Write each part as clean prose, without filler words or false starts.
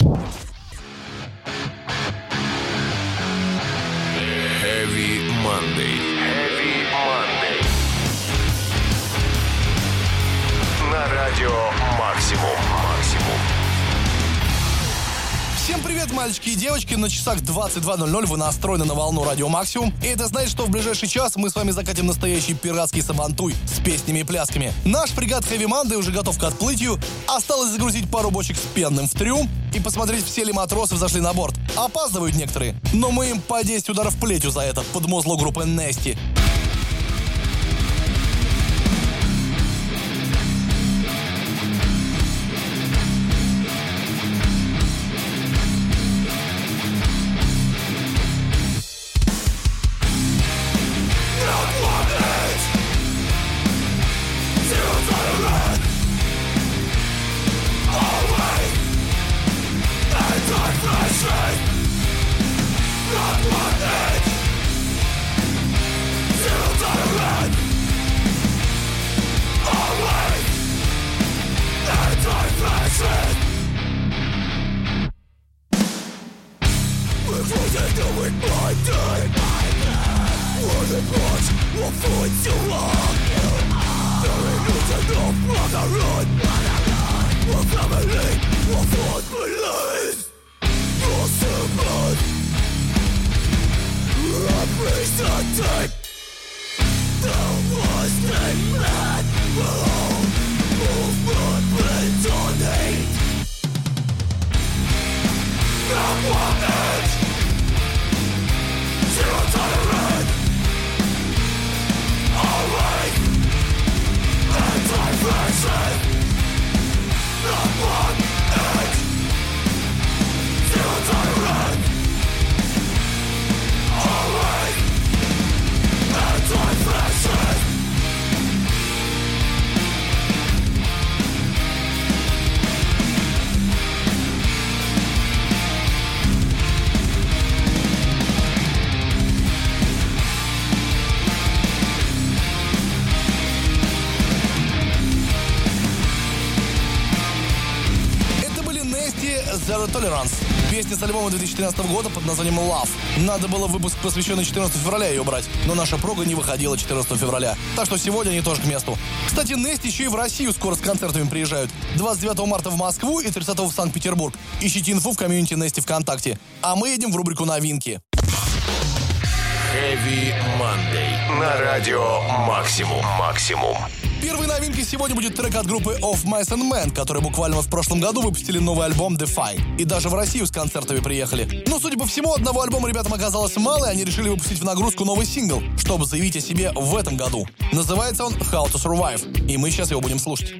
Heavy Monday. Heavy Monday. На радио Максимум. Всем привет, мальчики и девочки. На часах 22:00 вы настроены на волну радио Максимум. И это значит, что в ближайший час мы с вами закатим настоящий пиратский сабантуй с песнями и плясками. Наш фрегат Heavy Monday уже готов к отплытию. Осталось загрузить пару бочек с пенным в трюм и посмотреть, все ли матросы взошли на борт. Опаздывают некоторые, но мы им по 10 ударов плетью за это под музло группы Nasty. Zero Tolerance. Песня с альбома 2013 года под названием Love. Надо было выпуск, посвященный 14 февраля, ее брать, но наша прога не выходила 14 февраля. Так что сегодня они тоже к месту. Кстати, Nasty еще и в Россию скоро с концертами приезжают. 29 марта в Москву и 30 в Санкт-Петербург. Ищите инфу в комьюнити Nasty ВКонтакте. А мы едем в рубрику «Новинки». Heavy Monday. На радио Максимум. Первой новинкой сегодня будет трек от группы Of Mice and Men, которые буквально в прошлом году выпустили новый альбом Defy. И даже в Россию с концертами приехали. Но, судя по всему, одного альбома ребятам оказалось мало, и они решили выпустить в нагрузку новый сингл, чтобы заявить о себе в этом году. Называется он How to Survive, и мы сейчас его будем слушать.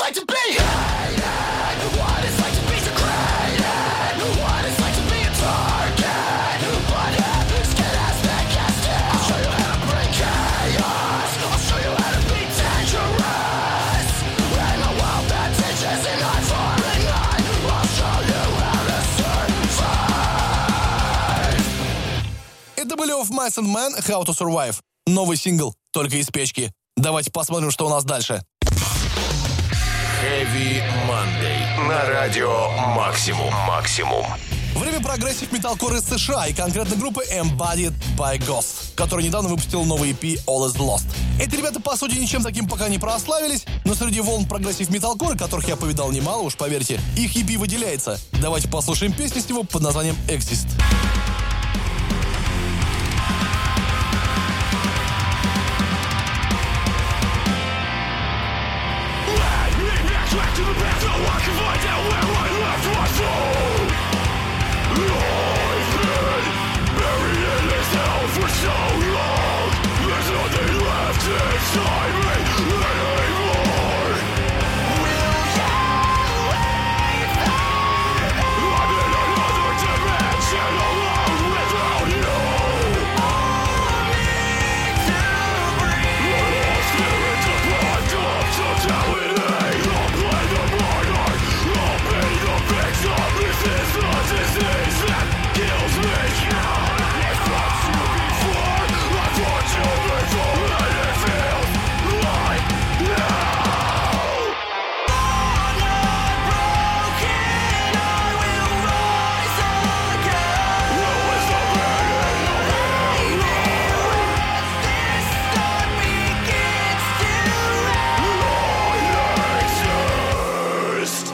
Это были Of Mice and Men, How to Survive. Новый сингл, только из печки. Давайте посмотрим, что у нас дальше. Heavy Monday. На радио Максимум. Время прогрессив металкор из США и конкретно группы Embodied by Ghost, которая недавно выпустила новый EP All Is Lost. Эти ребята, по сути, ничем таким пока не прославились, но среди волн прогрессив металкора, которых я повидал немало, уж поверьте, их EP выделяется. Давайте послушаем песню с него под названием Exist. Back to the past, so I can find out where I left my soul. I've been buried in this hell for so long. There's nothing left inside me anymore. Will you wait for me? I'm in another dimension alone without you. Only to breathe. The spirit deprived of totality. Disease that kills me. I thought you before, I thought you before, and it feels like now. I'm not broken, I will rise again. Who is the beginning of hate? This start begins to end. I exist.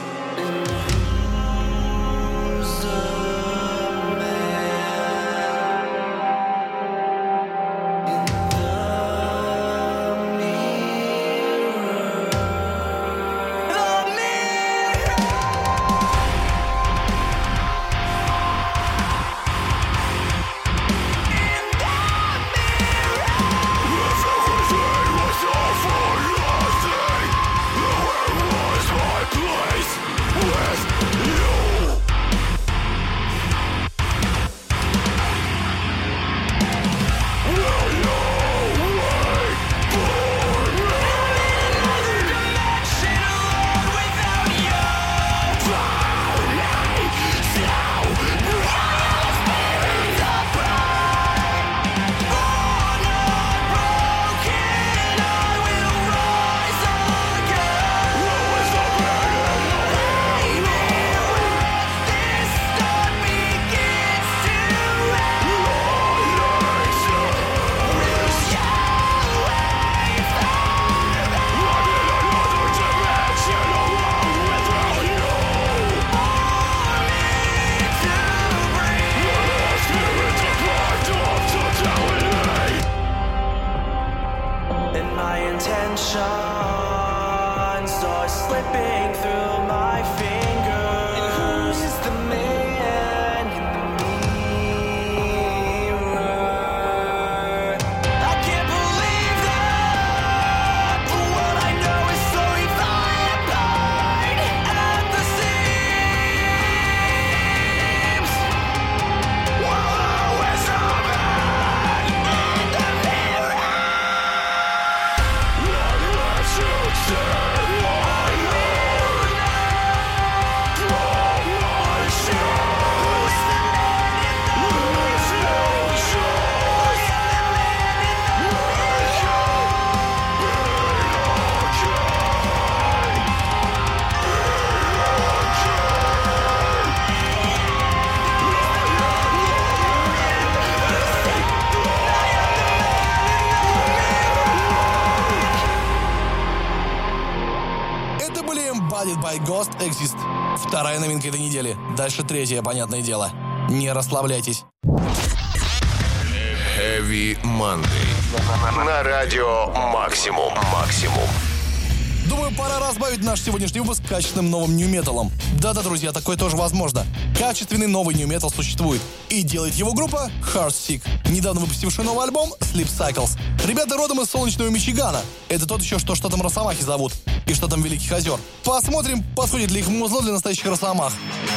by Ghost Exist. Вторая новинка этой недели. Дальше третья, понятное дело. Не расслабляйтесь. Heavy Monday. На радио Максимум. Думаю, пора разбавить наш сегодняшний выпуск качественным новым нью-металом. Да-да, друзья, такое тоже возможно. Качественный новый нью-метал существует. И делает его группа Heartsick, недавно выпустившая новый альбом Sleep Cycles. Ребята родом из солнечного Мичигана. Это тот еще, что штатом Росомахи зовут. и штатом Великих Озер. Посмотрим, подходит ли их музло для настоящих росомах.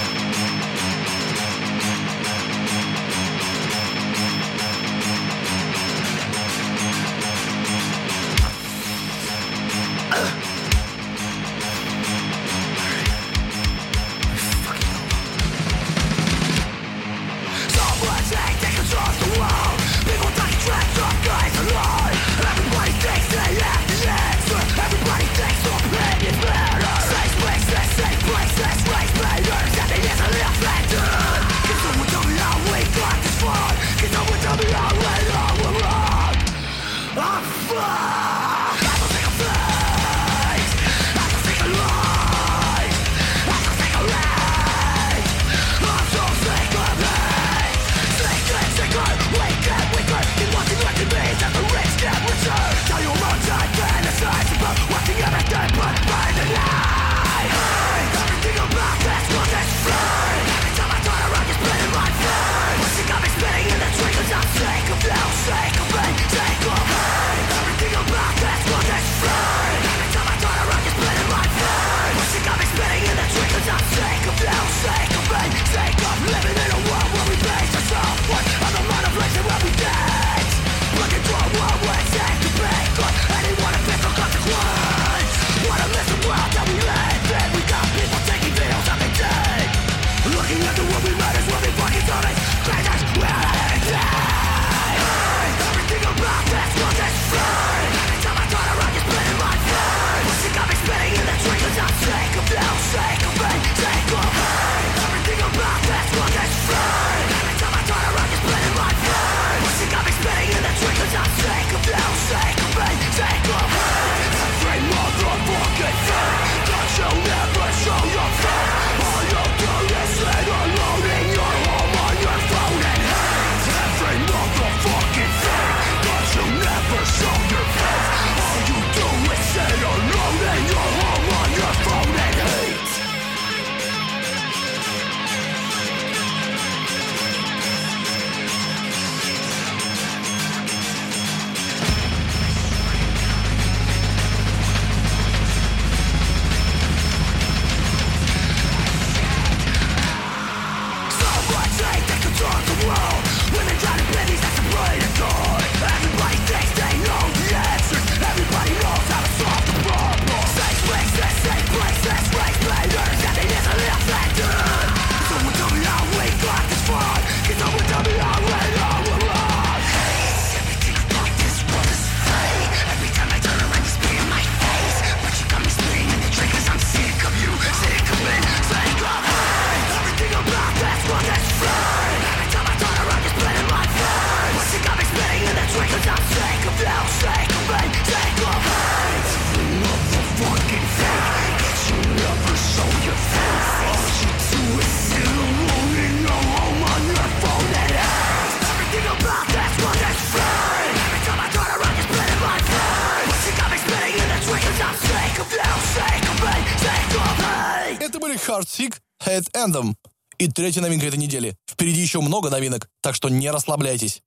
Heartsick, Head Anthem. И третья новинка этой недели. Впереди еще много новинок, так что не расслабляйтесь.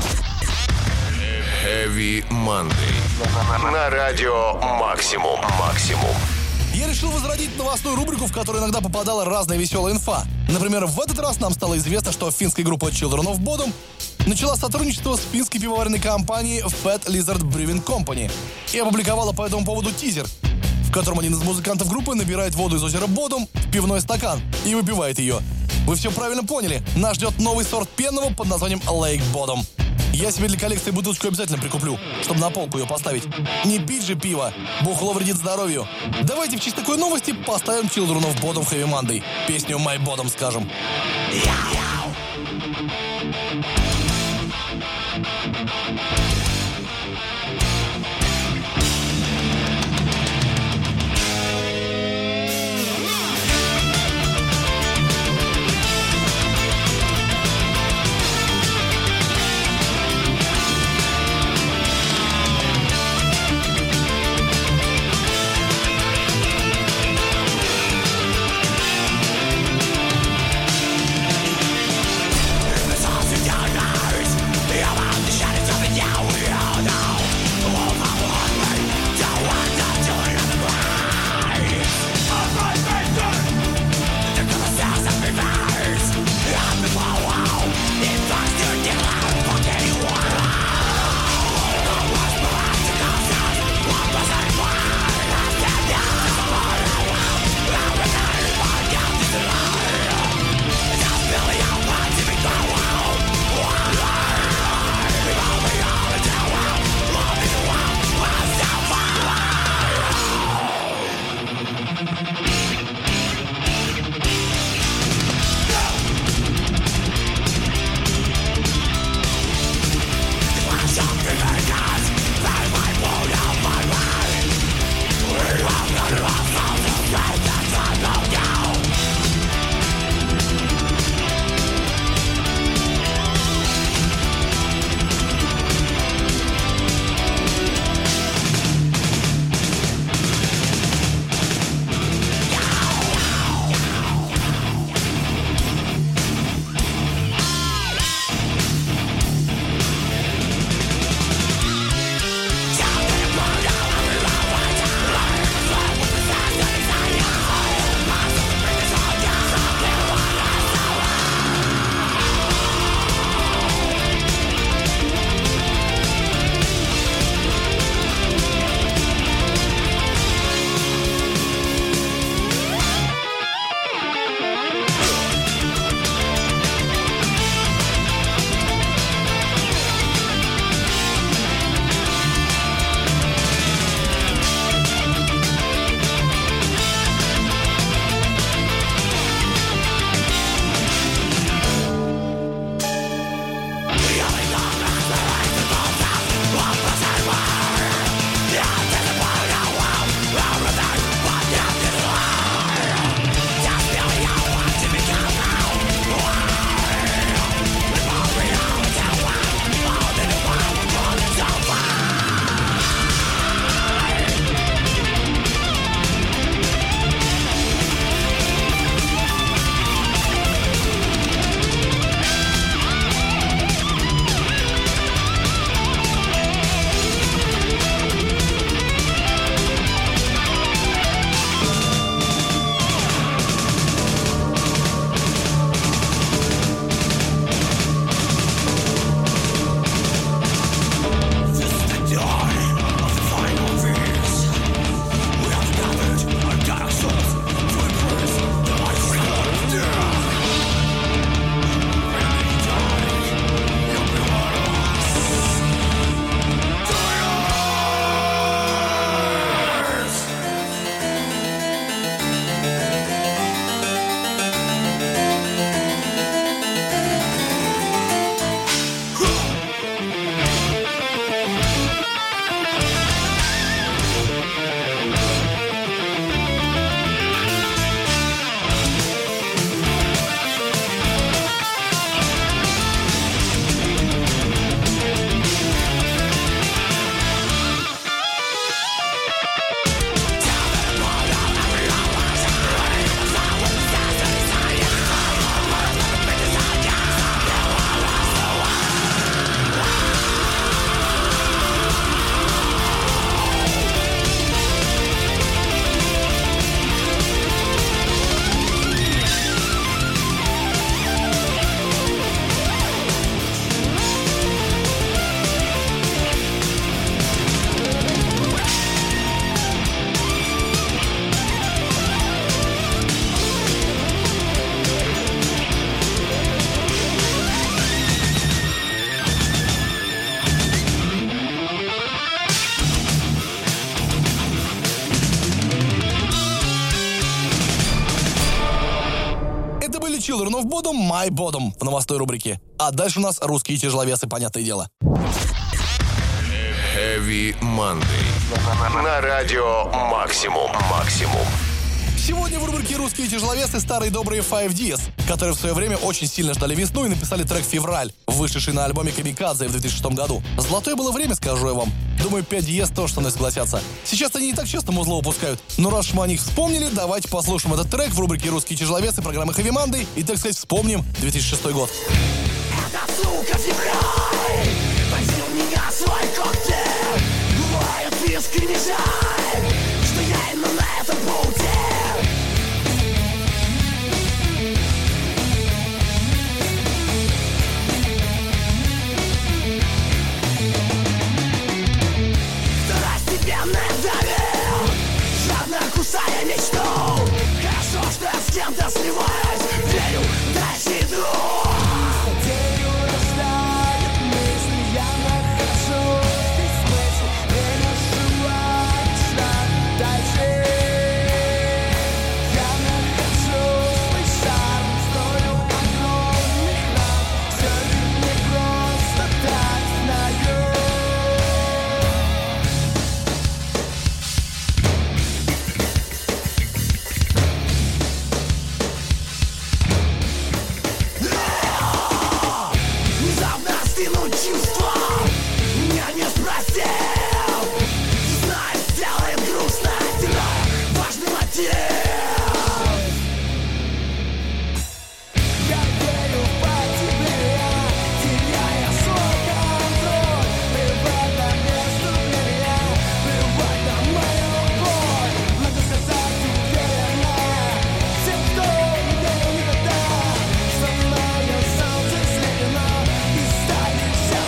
Heavy Monday. На радио Максимум. Я решил возродить новостную рубрику, в которой иногда попадала разная веселая инфа. Например, в этот раз нам стало известно, что финская группа Children of Bodom начала сотрудничество с финской пивоваренной компанией Fat Lizard Brewing Company и опубликовала по этому поводу тизер, в котором один из музыкантов группы набирает воду из озера Бодом в пивной стакан и выпивает ее. Вы все правильно поняли. Нас ждет новый сорт пенного под названием Lake Bottom. Я себе для коллекции бутылочку обязательно прикуплю, чтобы на полку ее поставить. Не пить же пиво. Бухло вредит здоровью. Давайте в честь такой новости поставим Children of Bodom в Heavy Monday. Песню My Bottom скажем. Children of Bodom, My Bodom в новостной рубрике. А дальше у нас русские тяжеловесы, понятное дело. Heavy Monday. На радио Максимум. Сегодня в рубрике «Русские тяжеловесы» старые добрые 5DS, которые в свое время очень сильно ждали весну и написали трек «Февраль», вышедший на альбоме «Камикадзе» в 2006 году. Золотое было время, скажу я вам. Думаю, 5DS тоже со мной согласятся. Сейчас они не так часто музло выпускают. Но раз мы о них вспомнили, давайте послушаем этот трек в рубрике «Русские тяжеловесы» программы Heavy Monday и, так сказать, вспомним 2006 год. Эта сука февраль возил меня свой коктейль. Бывает искренне жаль, что я именно на этом пути. Второстепенное давил, жадно кусая мечту. Хорошо, что я с кем-то сливаюсь, верю, дальше иду. Чувства меня не спросил. Знаю, сделает грустно, теряя важный мотив. Я верю в потепление, теряя свой контроль. Плевать на преступление, плевать на мою боль. Надо сказать уверенно тем, кто не верил никогда, что мое солнце слеплено и станет.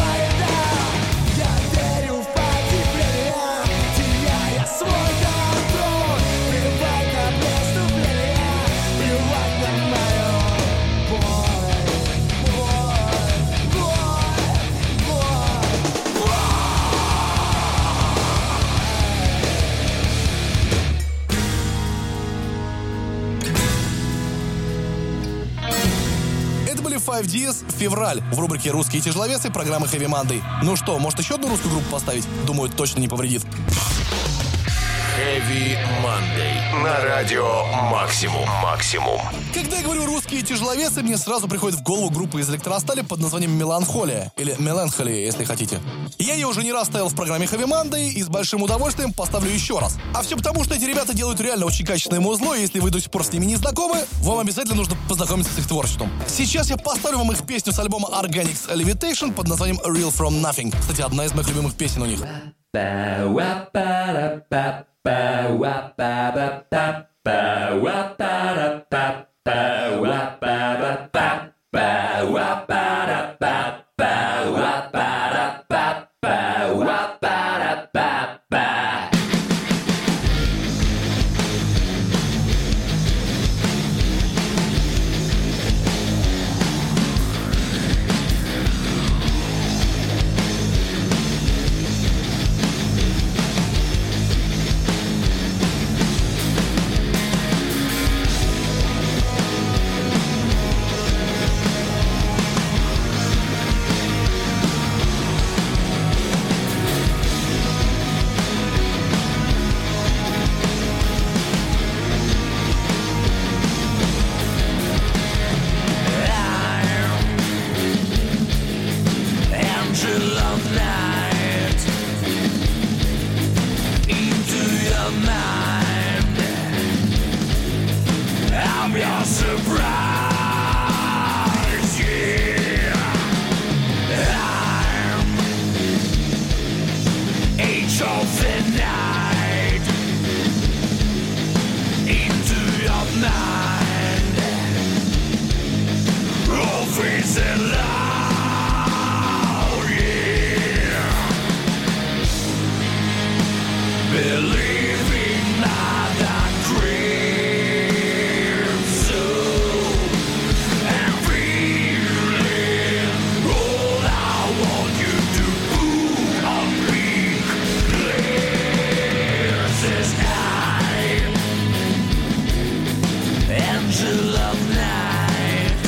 Это были 5DS «Февраль» в рубрике «Русские тяжеловесы» программы Heavy Monday. Ну что, может еще одну русскую группу поставить? Думаю, точно не повредит. Heavy Monday. На радио Максимум. Когда я говорю «русские тяжеловесы», мне сразу приходит в голову группа из Электростали под названием «Меланхолия» или «Меланхолия», если хотите. Я ее уже не раз ставил в программе Heavy Monday и с большим удовольствием поставлю еще раз. А все потому, что эти ребята делают реально очень качественное музло, и если вы до сих пор с ними не знакомы, вам обязательно нужно познакомиться с их творчеством. Сейчас я поставлю вам их песню с альбома Organics Levitation под названием «Real From Nothing». Кстати, одна из моих любимых песен у них. Angel of night.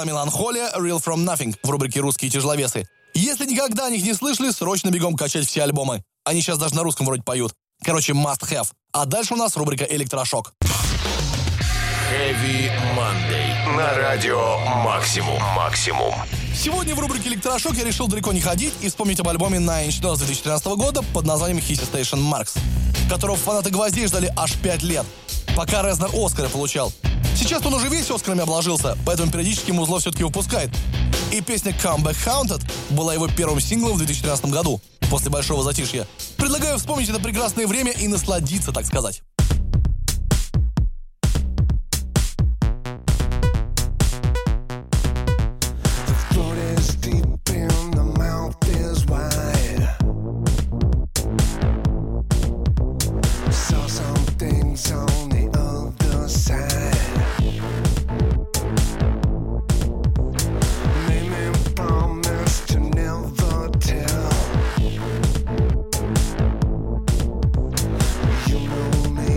была Меланхолия, Real From Nothing в рубрике «Русские тяжеловесы». Если никогда о них не слышали, срочно бегом качать все альбомы. Они сейчас даже на русском вроде поют. Короче, must have. А дальше у нас рубрика «Электрошок». Heavy Monday. На радио Максимум. Сегодня в рубрике «Электрошок» я решил далеко не ходить и вспомнить об альбоме Nine Inch Nails 2013 года под названием Hissy Station Marks, которого фанаты «Гвоздей» ждали аж 5 лет, пока Резнер Оскара получал. Сейчас он уже весь Оскарами обложился, поэтому периодически музло все-таки выпускает. И песня Come Back Haunted была его первым синглом в 2013 году, после большого затишья. Предлагаю вспомнить это прекрасное время и насладиться, так сказать. You know me.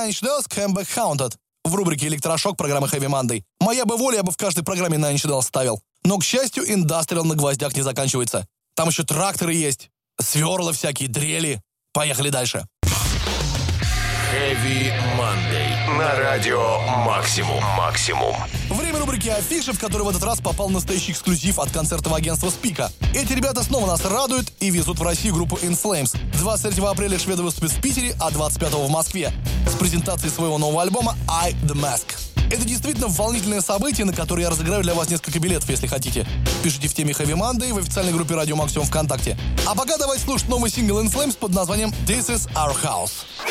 Nine Inch Nails Came Back Haunted в рубрике «Электрошок» программы Heavy Monday. Моя бы воля, я бы в каждой программе Nine Inch Nails ставил. Но, к счастью, индастриал на гвоздях не заканчивается. Там еще тракторы есть, сверла всякие, дрели. Поехали дальше. Heavy Monday на радио Максимум. Время рубрики «Афиши», в которой в этот раз попал настоящий эксклюзив от концертного агентства «Спика». Эти ребята снова нас радуют и везут в Россию группу In Flames. 23 апреля шведы выступят в Питере, а 25 в Москве с презентацией своего нового альбома «I The Mask». Это действительно волнительное событие, на которое я разыграю для вас несколько билетов, если хотите. Пишите в теме Heavy Monday в официальной группе Радио Максимум ВКонтакте. А пока давайте слушать новый сингл In Flames под названием «This Is Our House».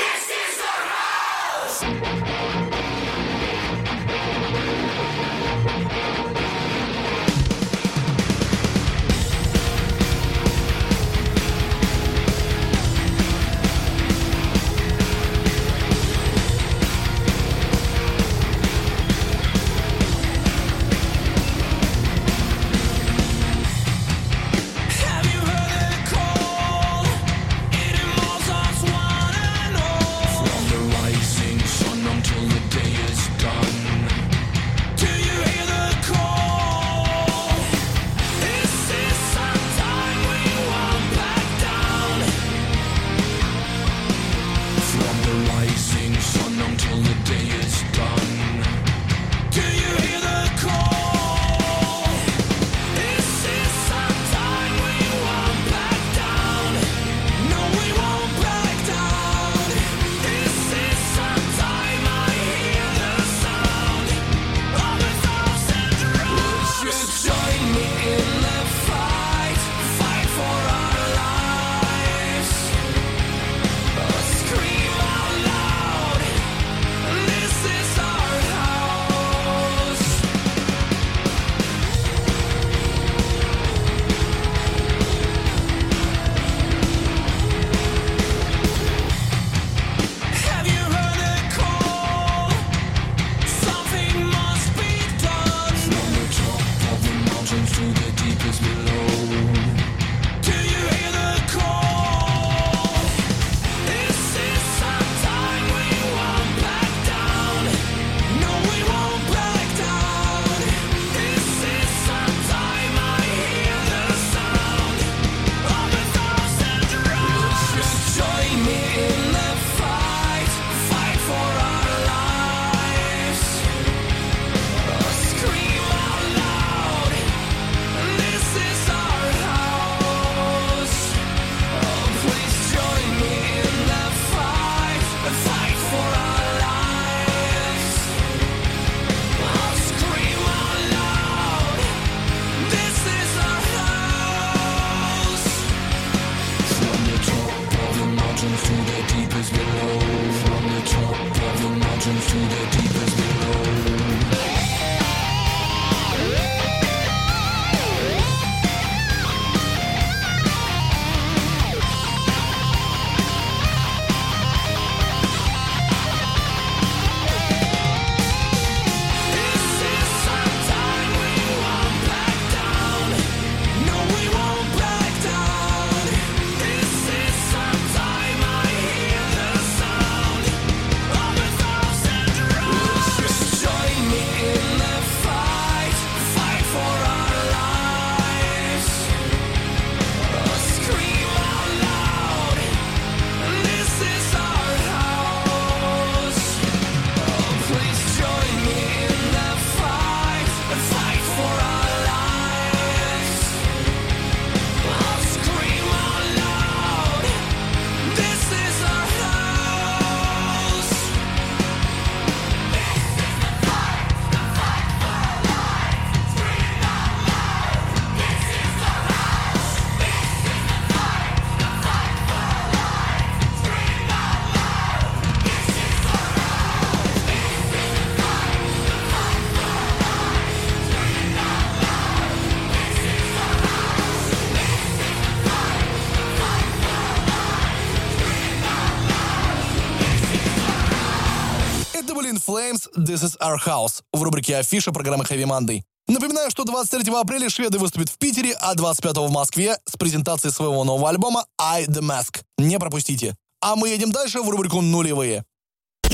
In Flames, This Is Our House в рубрике «Афиша» программы Heavy Monday. Напоминаю, что 23 апреля шведы выступят в Питере, а 25 в Москве с презентацией своего нового альбома «I The Mask». Не пропустите. А мы едем дальше в рубрику «Нулевые».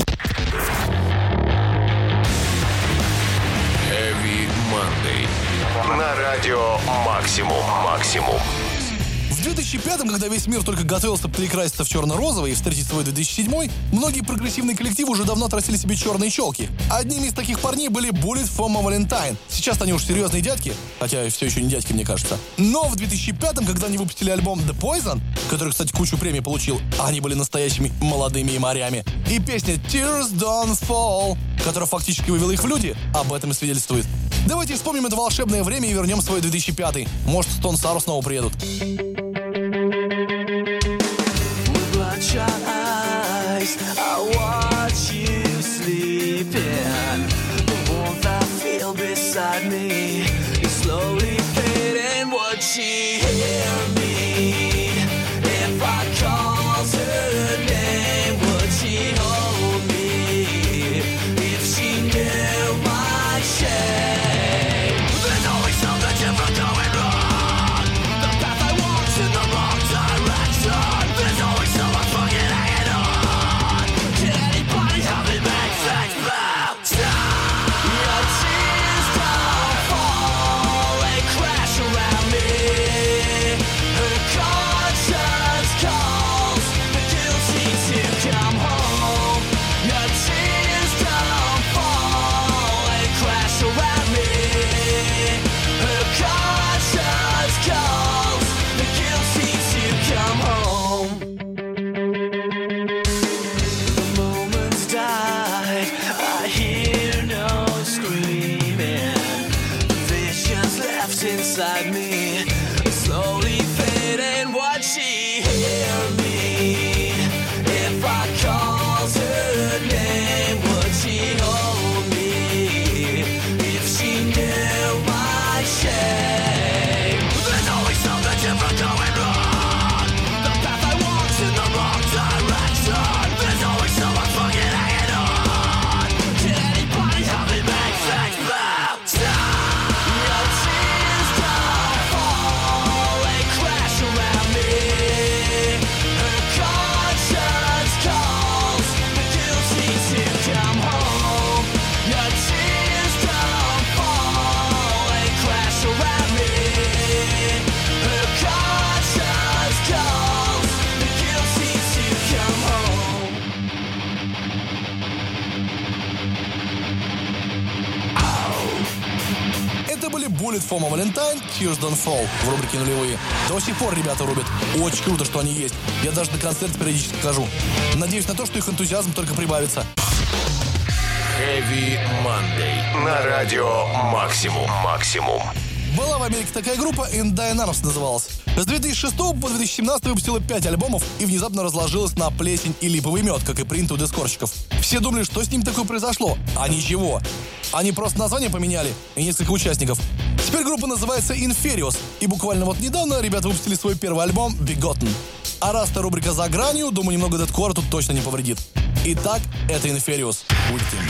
Heavy Monday. На радио Максимум. В 2005-м, когда весь мир только готовился перекраситься в черно-розовый и встретить свой 2007-й, многие прогрессивные коллективы уже давно отрастили себе черные челки. Одними из таких парней были Bullet for My Valentine. Сейчас они уж серьезные дядьки, хотя все еще не дядьки, мне кажется. Но в 2005-м, когда они выпустили альбом The Poison, который, кстати, кучу премий получил, они были настоящими молодыми морями, и песня Tears Don't Fall, которая фактически вывела их в люди, об этом и свидетельствует. Давайте вспомним это волшебное время и вернем свой 2005-й. Может, Stone Sour снова приедут. Your eyes, I watch you sleeping. The warmth I feel beside me is slowly fading. Would she hear me if I called her name? Would she hold me if she knew my shame? There's always something different going wrong. The path I walk's in the wrong direction. There's always someone fucking hanging on. Can anybody help me make things better? Your tears don't fall, they crash around me. Her conscience calls the guilty to come home. Your tears don't fall, they crash around me. Her conscience calls the guilty to come home. The moments died, I hear no screaming. Visions left inside me, slowly fading. Would she hear me if I called her name? Would she hold me if she knew my shame? There's always something different going wrong. The path I walk's in the wrong direction. There's always someone fucking hanging on. Can anybody help me make things better? Your tears don't fall, they crash around me. Her conscience calls the guilty to come home. Your tears don't fall, they crash around me. Her conscience calls the guilty to come home. Это были Bullet for My Valentine, Tears Don't Fall в рубрике «Нулевые». До сих пор ребята рубят. Очень круто, что они есть. Я даже на концерт периодически хожу. Надеюсь на то, что их энтузиазм только прибавится. Heavy Monday. На радио Максимум. Была в Америке такая группа, In Dynamics называлась. С 2006 по 2017 выпустила 5 альбомов и внезапно разложилась на плесень и липовый мед, как и принято у дискорщиков. Все думали, что с ним такое произошло, а ничего. Они просто название поменяли и несколько участников. Теперь группа называется Inferius, и буквально вот недавно ребята выпустили свой первый альбом Begotten. А раз-то рубрика «За гранью», думаю, немного дэткора тут точно не повредит. Итак, это Inferius. Ultim.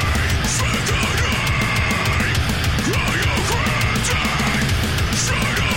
Shut up!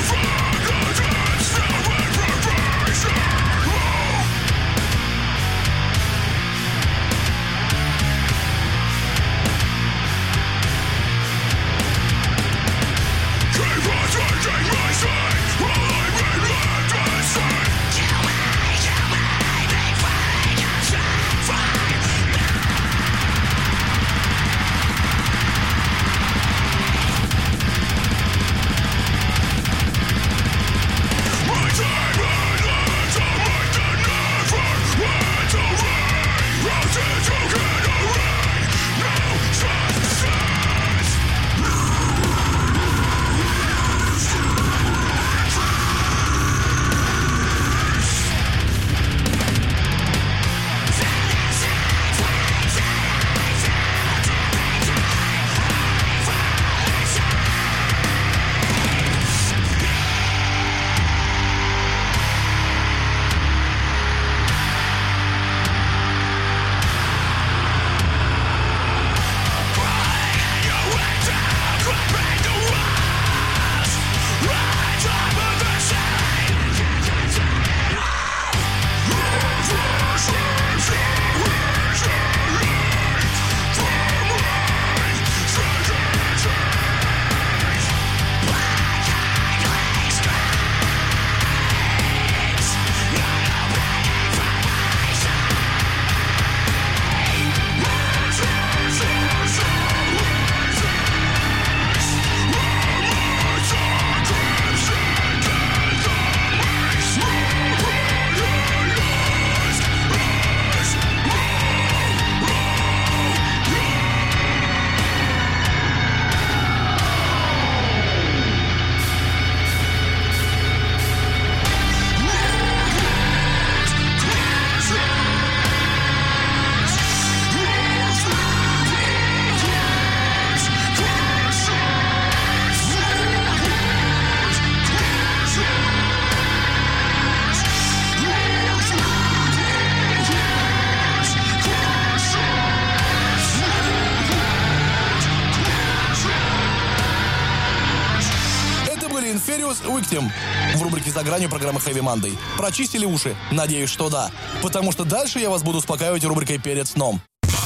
Nefarious Victim в рубрике «За гранью» программы Heavy Monday. Прочистили уши? Надеюсь, что да. Потому что дальше я вас буду успокаивать рубрикой «Перед сном».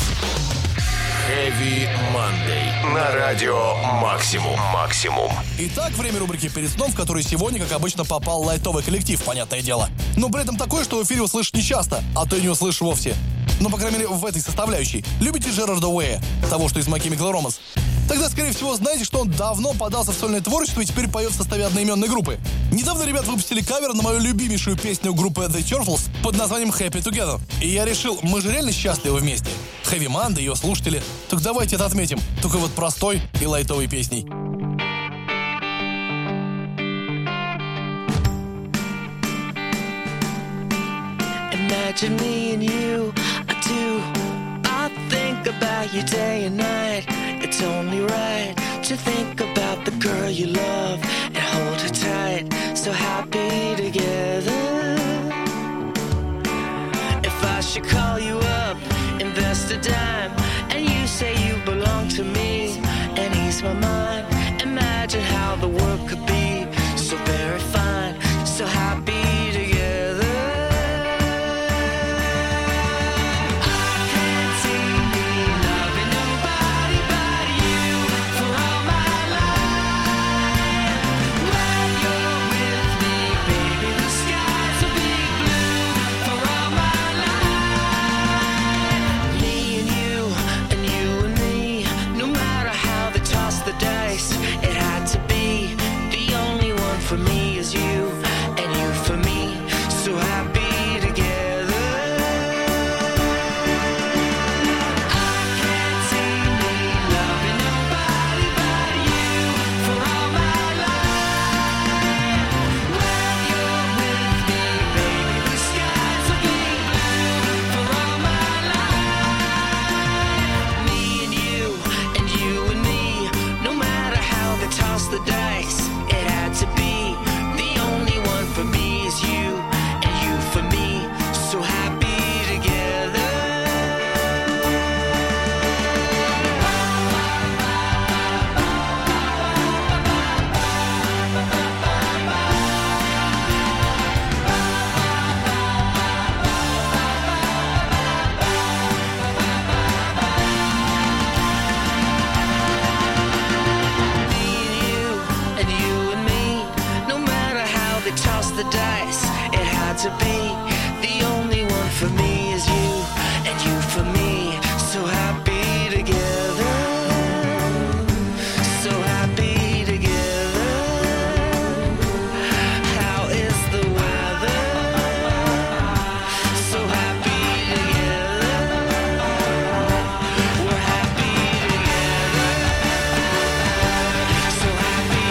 Heavy Monday на радио Максимум. Итак, время рубрики «Перед сном», в которой сегодня, как обычно, попал лайтовый коллектив, понятное дело. Но при этом такой, что в эфире услышишь нечасто, а то и не услышишь вовсе. Ну, по крайней мере, в этой составляющей. Любите Джерарда Уэя, того, что из My Chemical Romance? Тогда, скорее всего, знаете, что он давно подался в сольное творчество и теперь поет в составе одноименной группы. Недавно ребята выпустили кавер на мою любимейшую песню группы The Turtles под названием Happy Together. И я решил, мы же реально счастливы вместе. Heavy Monday, ее слушатели. Так давайте это отметим. Только вот простой и лайтовой песней. Imagine me and you, I do. I think about you day and night. It's only right to think about the girl you love and hold her tight. So happy together. If I should call you up, invest a dime, and you say you belong to me and ease my mind. Imagine how the world could be so very fine, so happy together. For me is you, and you for me, so happy together. I can't see me loving nobody but you for all my life. When you're with me, baby, the skies will be blue for all my life. Me and you and me, no matter how they toss the dice, it had to be. For me is you, and you for me, so happy together. Toss the dice, it had to be. The only one for me is you, and you for me, so happy together. So happy together. How is the weather? So happy together. We're happy together. So happy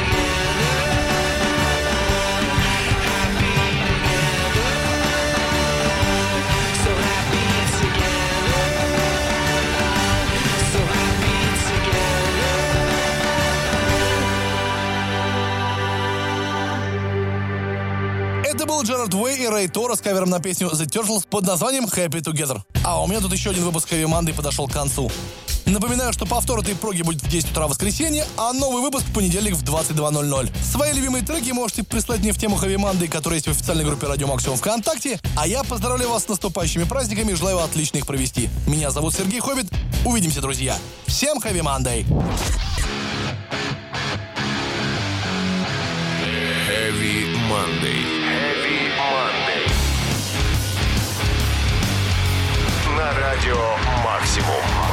Джерард Уэй и Рэй Тора с кавером на песню The Turtles под названием Happy Together. А у меня тут еще один выпуск Heavy Monday подошел к концу. Напоминаю, что повтор этой проги будет в 10 утра в воскресенье, а новый выпуск в понедельник в 22:00. Свои любимые треки можете прислать мне в тему Heavy Monday, которая есть в официальной группе Радио Максимум ВКонтакте. А я поздравляю вас с наступающими праздниками и желаю отлично их провести. Меня зовут Сергей Хоббит. Увидимся, друзья. Всем Heavy Monday! Heavy Monday. Heavy Monday. На радио Максимум.